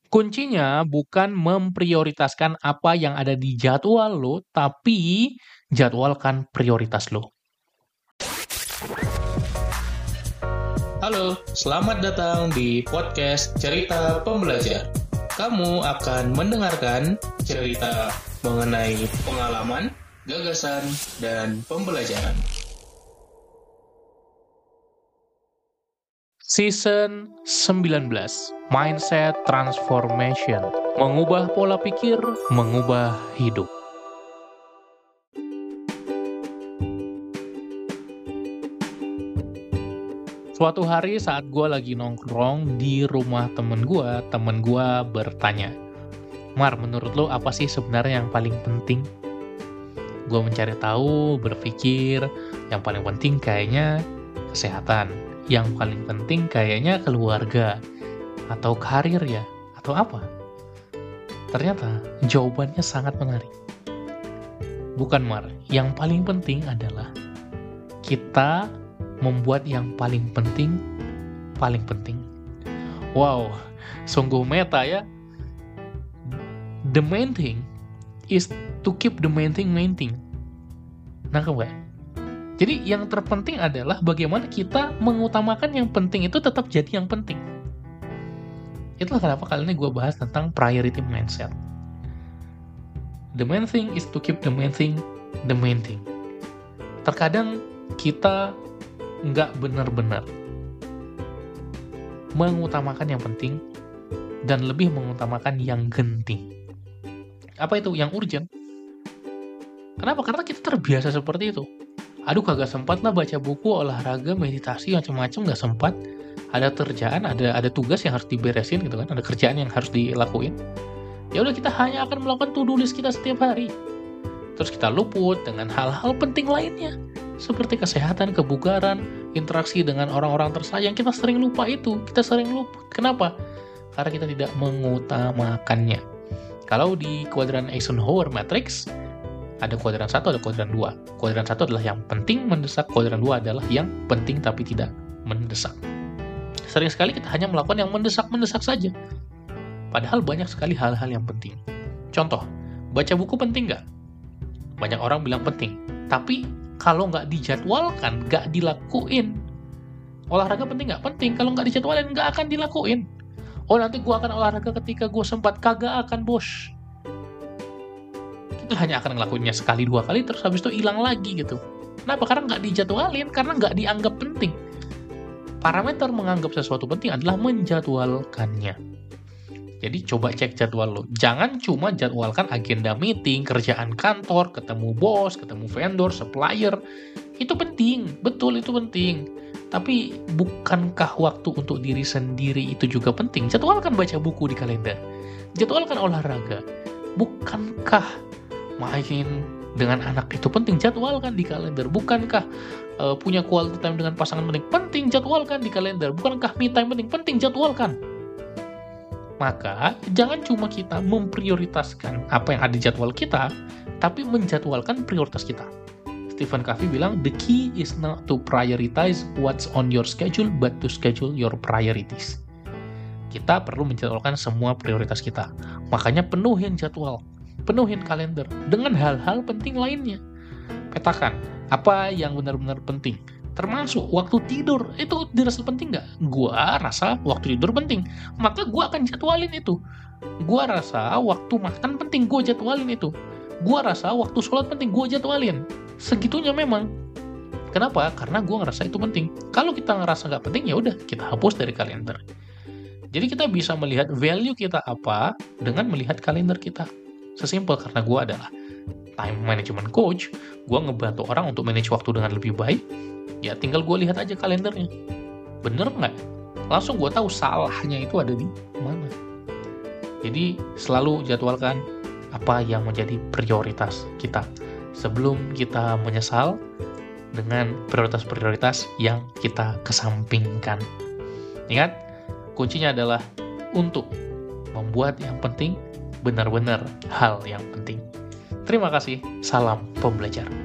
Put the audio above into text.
Kuncinya bukan memprioritaskan apa yang ada di jadwal lo, tapi jadwalkan prioritas lo. Halo, selamat datang di podcast Cerita Pembelajar. Kamu akan mendengarkan cerita mengenai pengalaman, gagasan, dan pembelajaran. Season 19, Mindset Transformation, mengubah pola pikir, mengubah hidup. Suatu hari saat gue lagi nongkrong di rumah temen gue bertanya, Mar, menurut lo apa sih sebenarnya yang paling penting? Gue mencari tahu, berpikir, yang paling penting kayaknya kesehatan. Yang paling penting kayaknya keluarga, atau karir ya, atau apa? Ternyata jawabannya sangat menarik. Bukan, Mar, yang paling penting adalah kita membuat yang paling penting. Wow, sungguh meta ya. The main thing is to keep the main thing. Nangkep gak? Jadi yang terpenting adalah bagaimana kita mengutamakan yang penting itu tetap jadi yang penting. Itulah kenapa kali ini gue bahas tentang priority mindset. The main thing is to keep the main thing. Terkadang kita nggak benar-benar mengutamakan yang penting dan lebih mengutamakan yang genting. Apa itu? Yang urgent. Kenapa? Karena kita terbiasa seperti itu. Aduh, kagak sempat lah baca buku, olahraga, meditasi, macam-macam nggak sempat. Ada kerjaan, ada tugas yang harus diberesin gitu kan, ada kerjaan yang harus dilakuin. Ya udah, kita hanya akan melakukan to-do list kita setiap hari. Terus kita luput dengan hal-hal penting lainnya, seperti kesehatan, kebugaran, interaksi dengan orang-orang tersayang. Kita sering lupa itu, kita sering luput. Kenapa? Karena kita tidak mengutamakannya. Kalau di kuadran Eisenhower Matrix, ada kuadran 1, ada kuadran 2. Kuadran 1 adalah yang penting mendesak, kuadran 2 adalah yang penting tapi tidak mendesak. Sering sekali kita hanya melakukan yang mendesak saja. Padahal banyak sekali hal-hal yang penting. Contoh, baca buku penting nggak? Banyak orang bilang penting. Tapi kalau nggak dijadwalkan, nggak dilakuin. Olahraga penting nggak? Penting. Kalau nggak dijadwalin, nggak akan dilakuin. Oh, nanti gue akan olahraga ketika gue sempat. Kagak akan, bos. Kita hanya akan ngelakuinnya sekali, 2 kali, terus habis itu hilang lagi gitu. Kenapa? Karena nggak dijadwalin, karena nggak dianggap penting. Parameter menganggap sesuatu penting adalah menjadwalkannya. Jadi coba cek jadwal lo. Jangan cuma jadwalkan agenda meeting, kerjaan kantor, ketemu bos, ketemu vendor, supplier. Itu penting, betul itu penting. Tapi bukankah waktu untuk diri sendiri itu juga penting? Jadwalkan baca buku di kalender. Jadwalkan olahraga. Bukankah main dengan anak itu penting? Jadwalkan di kalender. Bukankah punya quality time dengan pasangan penting? Penting, jadwalkan di kalender. Bukankah me time penting? Penting, jadwalkan. Maka jangan cuma kita memprioritaskan apa yang ada di jadwal kita, tapi menjadwalkan prioritas kita. Stephen Covey bilang, the key is not to prioritize what's on your schedule, but to schedule your priorities. Kita perlu menjadwalkan semua prioritas kita. Makanya penuhin jadwal, penuhin kalender dengan hal-hal penting lainnya. Petakan apa yang benar-benar penting. Termasuk waktu tidur, itu dirasa penting nggak? Gua rasa waktu tidur penting, maka gua akan jadwalin itu. Gua rasa waktu makan penting, gua jadwalin itu. Gua rasa waktu sholat penting, gua jadwalin. Segitunya memang. Kenapa? Karena gua ngerasa itu penting. Kalau kita ngerasa nggak penting, ya udah kita hapus dari kalender. Jadi kita bisa melihat value kita apa dengan melihat kalender kita. Sesimpel, karena gua adalah time management coach, gua ngebantu orang untuk manage waktu dengan lebih baik. Ya tinggal gue lihat aja kalendernya. Bener nggak? Langsung gue tahu salahnya itu ada di mana. Jadi selalu jadwalkan apa yang menjadi prioritas kita. Sebelum kita menyesal dengan prioritas-prioritas yang kita kesampingkan. Ingat, kuncinya adalah untuk membuat yang penting benar-benar hal yang penting. Terima kasih. Salam pembelajar.